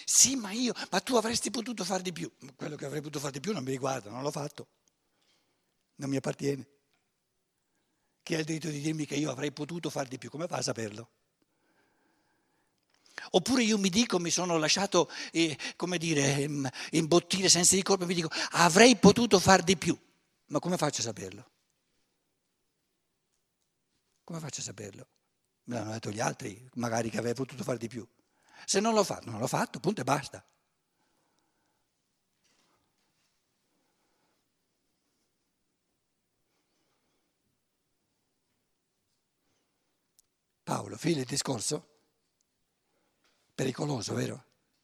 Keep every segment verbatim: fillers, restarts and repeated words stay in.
Sì, ma io, ma tu avresti potuto fare di più. Quello che avrei potuto fare di più non mi riguarda, non l'ho fatto. Non mi appartiene. Chi ha il diritto di dirmi che io avrei potuto fare di più? Come fa a saperlo? Oppure io mi dico, mi sono lasciato, eh, come dire, imbottire senza di colpa, mi dico, avrei potuto fare di più. Ma come faccio a saperlo? Come faccio a saperlo? Me l'hanno detto gli altri, magari che avrei potuto fare di più. Se non l'ho fatto, non l'ho fatto, punto e basta. Paolo, fili il discorso? Pericoloso, vero?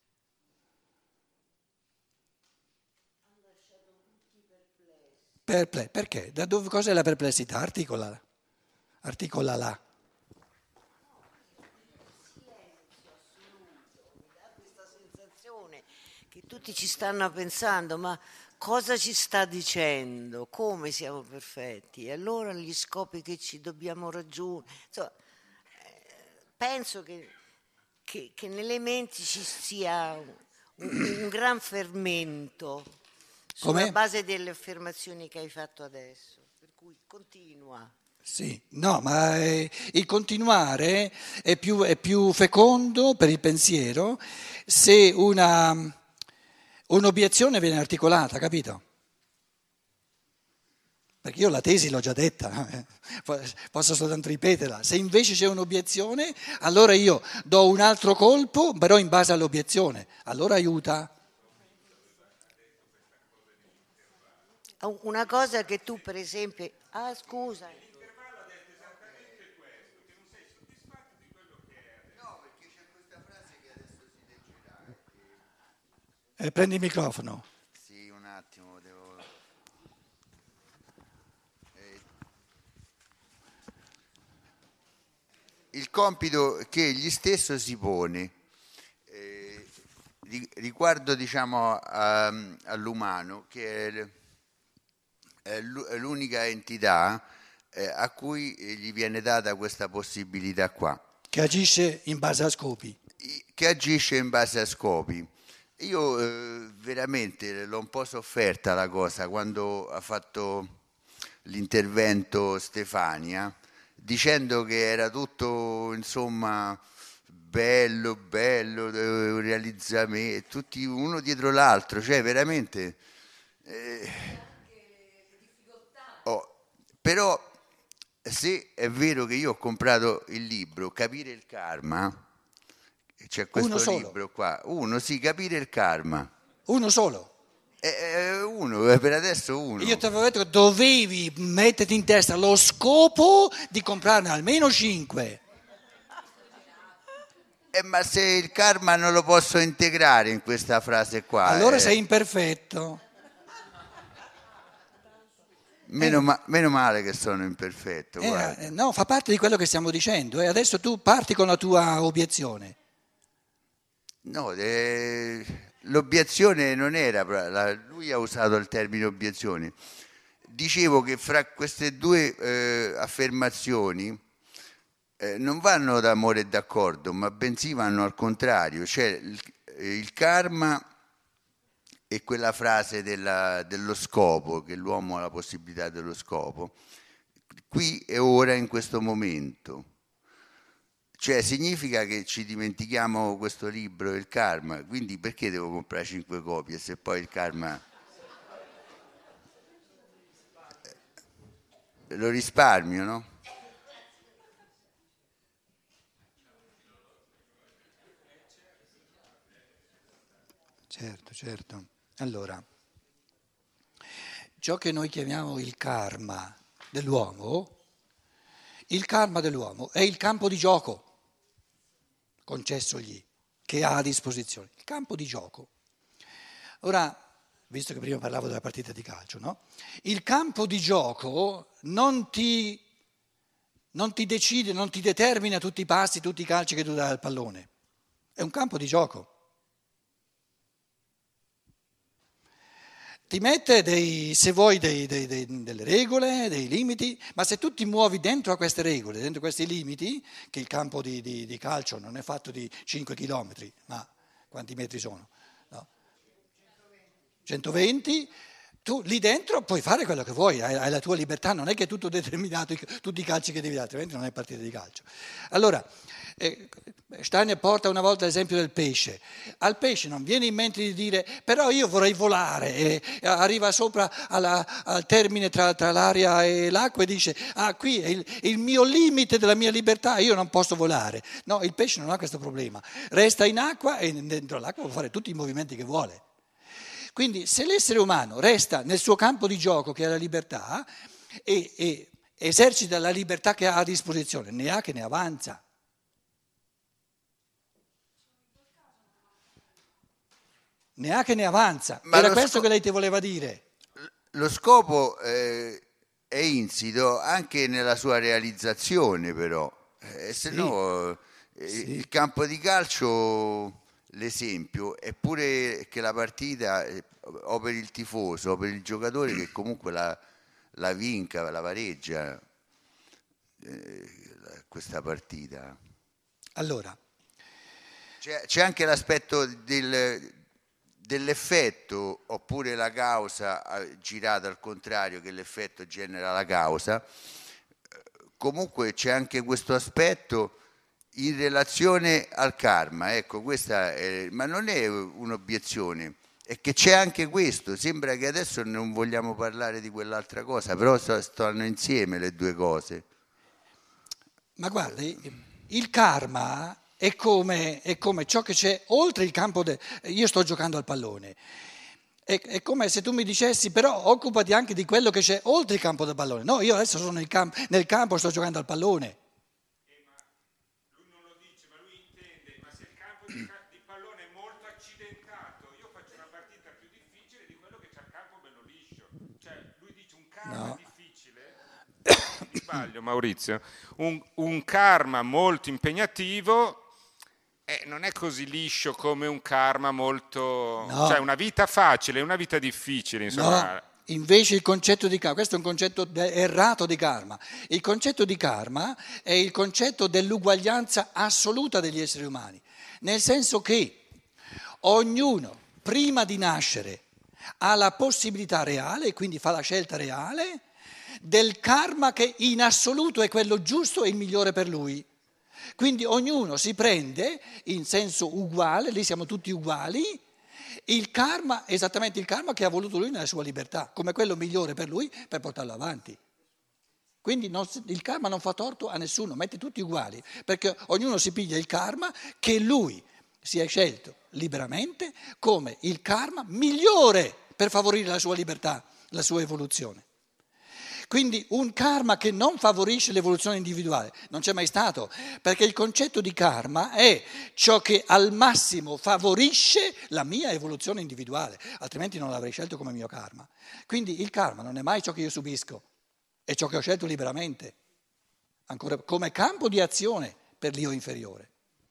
Perple- perché? Da dove, cos'è la perplessità? Articolala. Articolala. Questa sensazione che tutti ci stanno pensando, ma cosa ci sta dicendo? Come siamo perfetti? E allora gli scopi che ci dobbiamo raggiungere? Insomma, eh, penso che, che, che nelle menti ci sia un, un gran fermento sulla Come? base delle affermazioni che hai fatto adesso. Per cui continua. Sì, no, ma eh, il continuare è più, è più fecondo per il pensiero se una, un'obiezione viene articolata, capito? Perché io la tesi l'ho già detta, eh, posso soltanto ripeterla. Se invece c'è un'obiezione, allora io do un altro colpo, però in base all'obiezione. Allora aiuta. Una cosa che tu per esempio... Ah, scusa. Eh, prendi il microfono. Sì, un attimo, devo... eh, il compito che egli stesso si pone eh, ri- riguardo, diciamo, a- all'umano, che è, l- è l'u- è l'unica entità eh, a cui gli viene data questa possibilità qua, Che agisce in base a scopi. i- che agisce in base a scopi. Io eh, veramente l'ho un po' sofferta la cosa quando ha fatto l'intervento Stefania, dicendo che era tutto, insomma, bello, bello, eh, realizzamento, tutti uno dietro l'altro, cioè veramente... eh, oh, però se è vero che io ho comprato il libro Capire il karma, c'è Uno questo solo, libro qua, uno, sì, Capire il karma, uno solo. è, è uno, è per adesso Io uno. ti avevo detto che dovevi metterti in testa lo scopo di comprarne almeno cinque. Eh, ma se il karma non lo posso integrare in questa frase qua, Allora eh, sei imperfetto. meno, Eh, ma- meno male che sono imperfetto, eh, guarda. eh, no, fa parte di quello che stiamo dicendo. E adesso tu parti con la tua obiezione. No, eh, l'obiezione non era, pro- la- lui ha usato il termine obiezione. Dicevo che fra queste due eh, affermazioni eh, non vanno d'amore e d'accordo, ma bensì vanno al contrario, cioè il, il karma e quella frase della- dello scopo, che l'uomo ha la possibilità dello scopo, qui e ora in questo momento. Cioè significa che ci dimentichiamo questo libro, il karma, quindi perché devo comprare cinque copie se poi il karma lo risparmio, no? Certo, certo. Allora, ciò che noi chiamiamo il karma dell'uomo, il karma dell'uomo è il campo di gioco concessogli, che ha a disposizione, il campo di gioco. Ora, visto che prima parlavo della partita di calcio, no? Il campo di gioco non ti, non ti decide, non ti determina tutti i passi, tutti i calci che tu dai al pallone. È un campo di gioco. Ti mette dei, se vuoi dei, dei, dei, delle regole, dei limiti, ma se tu ti muovi dentro a queste regole, dentro a questi limiti, che il campo di, di, di calcio non è fatto di cinque chilometri, ma quanti metri sono? No? centoventi, tu lì dentro puoi fare quello che vuoi, hai, hai la tua libertà, non è che è tutto determinato, tutti i calci che devi dare, altrimenti non è partita di calcio. Allora, eh, Steiner porta una volta l'esempio del pesce. Al pesce non viene in mente di dire però io vorrei volare, e arriva sopra alla, al termine tra, tra l'aria e l'acqua e dice ah qui è il, il mio limite della mia libertà, io non posso volare. No, il pesce non ha questo problema, resta in acqua e dentro l'acqua può fare tutti i movimenti che vuole. Quindi se l'essere umano resta nel suo campo di gioco che è la libertà e, e esercita la libertà che ha a disposizione, ne ha che ne avanza. Ne ha che ne avanza. Ma era questo sco- che lei ti voleva dire. Lo scopo eh, è insito anche nella sua realizzazione, però. Eh, se sì. no eh, sì. Il campo di calcio, l'esempio, è pure che la partita, eh, o per il tifoso, o per il giocatore che comunque la, la vinca, la pareggia, eh, questa partita. Allora. C'è, c'è anche l'aspetto del... dell'effetto oppure la causa girata al contrario che l'effetto genera la causa. Comunque c'è anche questo aspetto in relazione al karma, ecco, questa è, ma non è un'obiezione, è che c'è anche questo. Sembra che adesso non vogliamo parlare di quell'altra cosa, però stanno insieme le due cose. Ma guardi, il karma È come, è come ciò che c'è oltre il campo. De... Io sto giocando al pallone. È, è come se tu mi dicessi, però occupati anche di quello che c'è oltre il campo del pallone. No, io adesso sono nel, camp- nel campo, sto giocando al pallone. Eh, ma lui non lo dice, ma lui intende, ma se il campo di, ca- di pallone è molto accidentato, io faccio una partita più difficile di quello che c'ha il campo bello liscio. Cioè, lui dice un karma no. difficile, mi sbaglio Maurizio, un, un karma molto impegnativo. Eh, non è così liscio come un karma molto... No. Cioè una vita facile, una vita difficile, insomma. No, invece il concetto di karma, questo è un concetto errato di karma. Il concetto di karma è il concetto dell'uguaglianza assoluta degli esseri umani, nel senso che ognuno, prima di nascere, ha la possibilità reale, quindi fa la scelta reale, del karma che in assoluto è quello giusto e il migliore per lui. Quindi ognuno si prende in senso uguale, lì siamo tutti uguali, il karma, esattamente il karma che ha voluto lui nella sua libertà, come quello migliore per lui per portarlo avanti. Quindi non, il karma non fa torto a nessuno, mette tutti uguali, perché ognuno si piglia il karma che lui si è scelto liberamente come il karma migliore per favorire la sua libertà, la sua evoluzione. Quindi un karma che non favorisce l'evoluzione individuale non c'è mai stato, perché il concetto di karma è ciò che al massimo favorisce la mia evoluzione individuale, altrimenti non l'avrei scelto come mio karma. Quindi il karma non è mai ciò che io subisco, è ciò che ho scelto liberamente, ancora come campo di azione per l'io inferiore.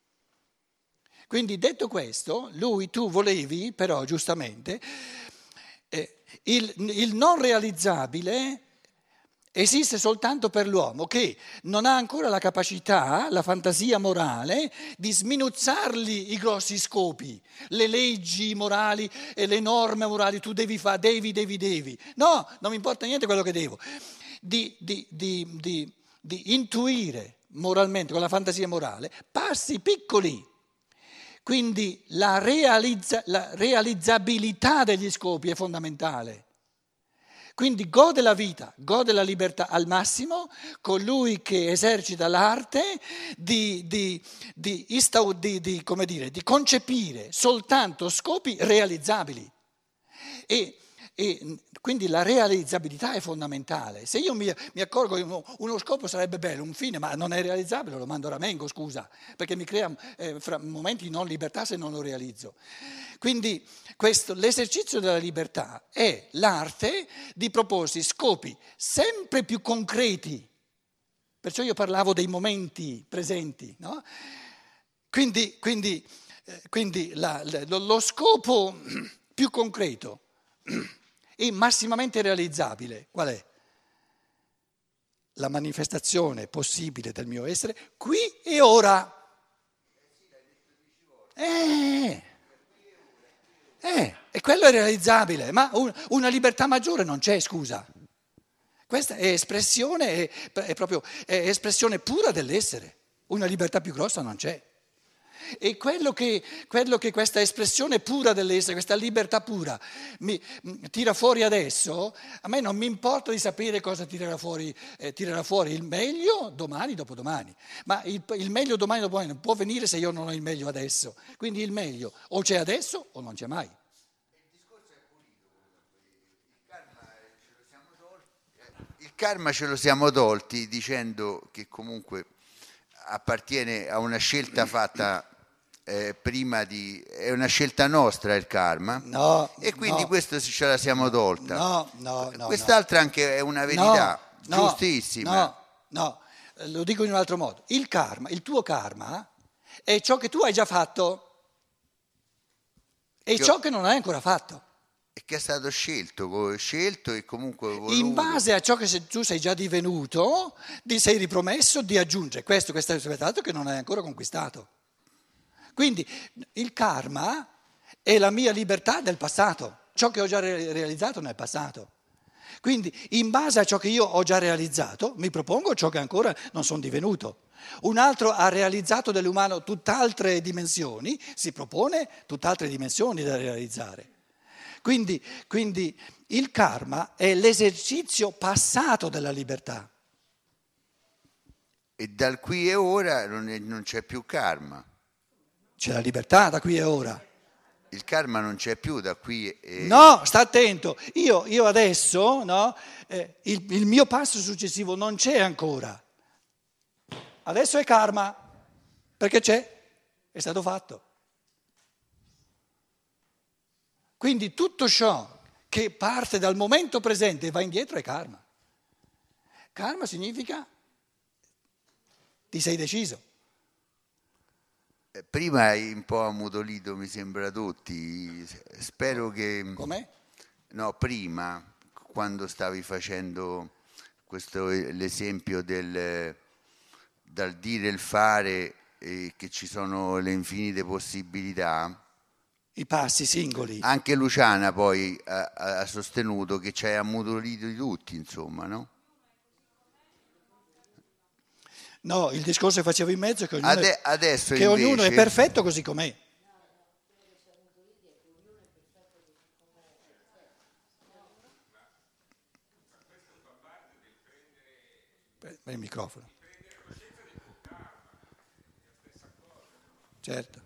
Quindi detto questo, lui, tu volevi però giustamente, eh, il, il non realizzabile esiste soltanto per l'uomo che non ha ancora la capacità, la fantasia morale di sminuzzarli i grossi scopi, le leggi morali e le norme morali, tu devi fare, devi, devi, devi. No, non mi importa niente quello che devo. Di, di, di, di, di intuire moralmente, con la fantasia morale, passi piccoli. Quindi la, realizza, la realizzabilità degli scopi è fondamentale. Quindi gode la vita, gode la libertà al massimo, colui che esercita l'arte di, di, di, di, di, come dire, di concepire soltanto scopi realizzabili. E, e quindi la realizzabilità è fondamentale. Se io mi, mi accorgo che uno, uno scopo sarebbe bello, un fine, ma non è realizzabile, lo mando a ramengo, scusa, perché mi crea eh, fra momenti di non libertà se non lo realizzo. Quindi questo, l'esercizio della libertà è l'arte di proporsi scopi sempre più concreti, perciò io parlavo dei momenti presenti, no? Quindi, quindi, eh, quindi la, lo, lo scopo più concreto e massimamente realizzabile, qual è? La manifestazione possibile del mio essere qui e ora. Eh... Eh, e quello è realizzabile, ma un- una libertà maggiore non c'è, scusa. Questa è espressione, è, è proprio è espressione pura dell'essere. Una libertà più grossa non c'è. E quello che, quello che questa espressione pura dell'essere, questa libertà pura, mi, mi tira fuori adesso, a me non mi importa di sapere cosa tirerà fuori, eh, tirerà fuori il meglio domani, dopodomani. Ma il, il meglio domani, dopodomani non può venire se io non ho il meglio adesso. Quindi il meglio o c'è adesso o non c'è mai. Il karma ce lo siamo tolti dicendo che comunque appartiene a una scelta fatta eh, prima di... è una scelta nostra il karma, No, e quindi no, questo ce la siamo tolta. no, no, no. Quest'altra anche è una verità No, no, giustissima. No, no, lo dico in un altro modo. Il karma, il tuo karma è ciò che tu hai già fatto e Io- ciò che non hai ancora fatto. E che è stato scelto, co- scelto e comunque voluto. In base a ciò che se- tu sei già divenuto, ti sei ripromesso di aggiungere questo, questo e quest'altro che non hai ancora conquistato. Quindi il karma è la mia libertà del passato, ciò che ho già re- realizzato nel passato. Quindi in base a ciò che io ho già realizzato mi propongo ciò che ancora non sono divenuto. Un altro ha realizzato dell'umano tutt'altre dimensioni, si propone tutt'altre dimensioni da realizzare. Quindi, quindi il karma è l'esercizio passato della libertà. E dal qui e ora non, è- non c'è più karma. C'è la libertà da qui e ora. Il karma non c'è più da qui e... No, sta attento. Io, io adesso, no, eh, il, il mio passo successivo non c'è ancora. Adesso è karma, perché c'è, è stato fatto. Quindi tutto ciò che parte dal momento presente e va indietro è karma. Karma significa ti sei deciso. Eh, Prima hai un po' ammutolito, mi sembra, tutti. Spero che... Com'è? No, prima, quando stavi facendo questo, l'esempio del dal dire e il fare, e che ci sono le infinite possibilità, I passi singoli. anche Luciana poi ha, ha sostenuto che ci hai ammutolito di tutti, insomma, no? No, il discorso che facevo in mezzo è che ognuno, Ade- è, adesso che ognuno è invece- perfetto così com'è. Per il microfono. Certo.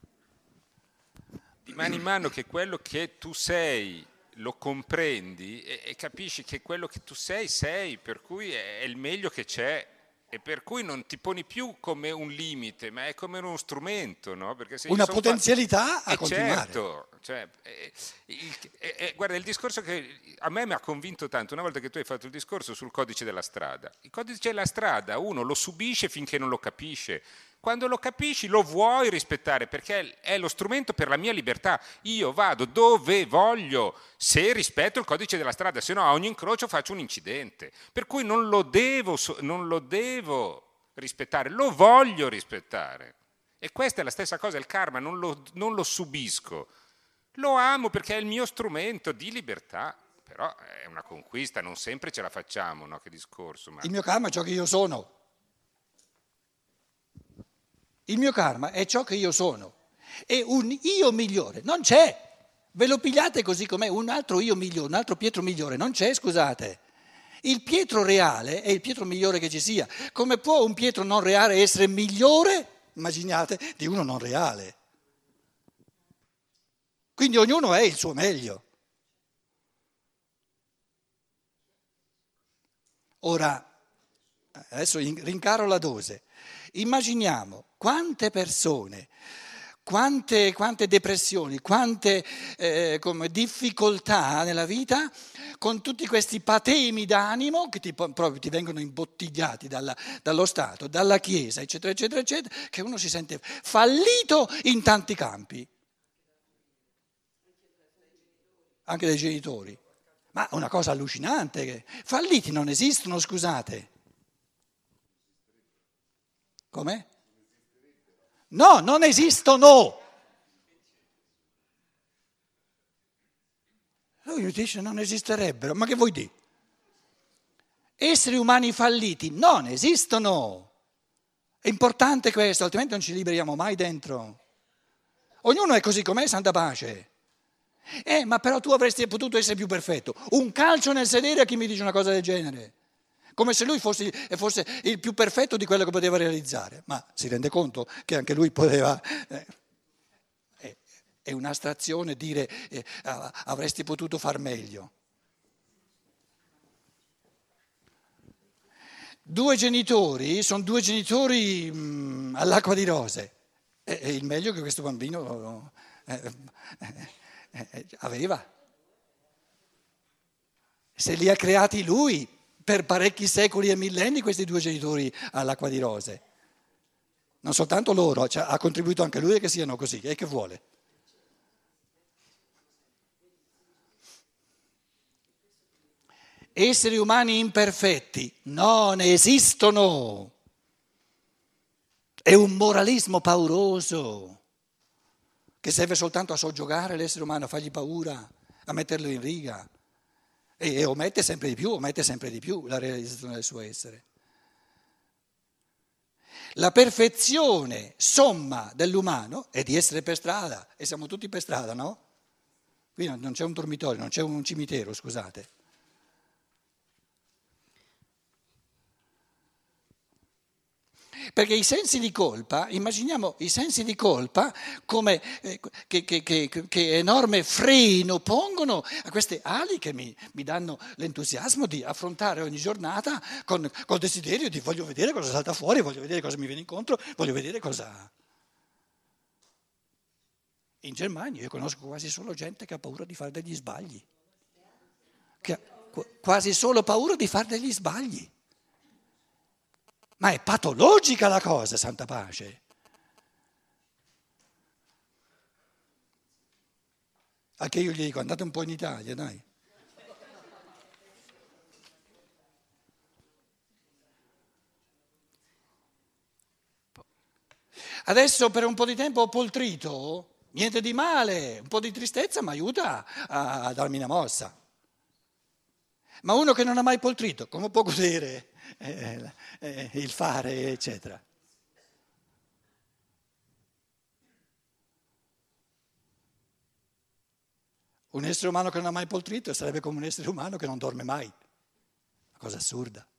Di mano in mano che quello che tu sei lo comprendi e, e capisci che quello che tu sei sei, per cui è, è il meglio che c'è, e per cui non ti poni più come un limite, ma è come uno strumento, no? Perché se io Una son potenzialità fa- a eh, continuare. certo, cioè, eh, il- eh, eh, guarda, il discorso che a me mi ha convinto tanto, una volta che tu hai fatto il discorso sul codice della strada. Il codice della strada uno lo subisce finché non lo capisce. Quando lo capisci lo vuoi rispettare, perché è lo strumento per la mia libertà. Io vado dove voglio, se rispetto il codice della strada, se no a ogni incrocio faccio un incidente. Per cui non lo devo, so- non lo devo rispettare, lo voglio rispettare. E questa è la stessa cosa, il karma, non lo, non lo subisco. Lo amo perché è il mio strumento di libertà. Però è una conquista, non sempre ce la facciamo, no? Che discorso. Ma... Il mio karma è ciò che io sono. Il mio karma è ciò che io sono. E un io migliore non c'è. Ve lo pigliate così com'è, un altro io migliore, un altro Pietro migliore, non c'è, scusate. Il Pietro reale è il Pietro migliore che ci sia. Come può un Pietro non reale essere migliore, immaginate, di uno non reale? Quindi ognuno è il suo meglio. Ora, adesso rincaro la dose. Immaginiamo quante persone, quante, quante depressioni, quante eh, come difficoltà nella vita, con tutti questi patemi d'animo che ti, proprio ti vengono imbottigliati dalla, dallo Stato, dalla Chiesa, eccetera, eccetera, eccetera, che uno si sente fallito in tanti campi, anche dai genitori. Ma è una cosa allucinante, che falliti non esistono, scusate. Come? No, non esistono. dice non esisterebbero, ma che vuoi dire? Esseri umani falliti non esistono. È importante questo, altrimenti non ci liberiamo mai dentro. Ognuno è così com'è, santa pace. Eh, ma però tu avresti potuto essere più perfetto. Un calcio nel sedere a chi mi dice una cosa del genere. Come se lui fosse, fosse il più perfetto di quello che poteva realizzare. Ma si rende conto che anche lui poteva... Eh, è, è un'astrazione dire eh, avresti potuto far meglio. Due genitori, sono due genitori mh, all'acqua di rose. È, è il meglio che questo bambino eh, eh, eh, aveva. Se li ha creati lui per parecchi secoli e millenni questi due genitori all'acqua di rose. Non soltanto loro, cioè, ha contribuito anche lui che siano così. E che vuole? Esseri umani imperfetti non esistono. È un moralismo pauroso che serve soltanto a soggiogare l'essere umano, a fargli paura, a metterlo in riga e, e omette sempre di più, omette sempre di più la realizzazione del suo essere. La perfezione somma dell'umano è di essere per strada e siamo tutti per strada, no? Qui non c'è un dormitorio, non c'è un cimitero, scusate. Perché i sensi di colpa, immaginiamo i sensi di colpa come eh, che, che, che, che enorme freno pongono a queste ali che mi, mi danno l'entusiasmo di affrontare ogni giornata con col desiderio di voglio vedere cosa salta fuori, voglio vedere cosa mi viene incontro, voglio vedere cosa... In Germania io conosco quasi solo gente che ha paura di fare degli sbagli, che ha quasi solo paura di fare degli sbagli. Ma è patologica la cosa, santa pace. Anche io gli dico, andate un po' in Italia, dai. Adesso per un po' di tempo ho poltrito, niente di male, un po' di tristezza mi aiuta a, a darmi una mossa. Ma uno che non ha mai poltrito, come può godere eh, eh, il fare, eccetera? Un essere umano che non ha mai poltrito sarebbe come un essere umano che non dorme mai. Una cosa assurda.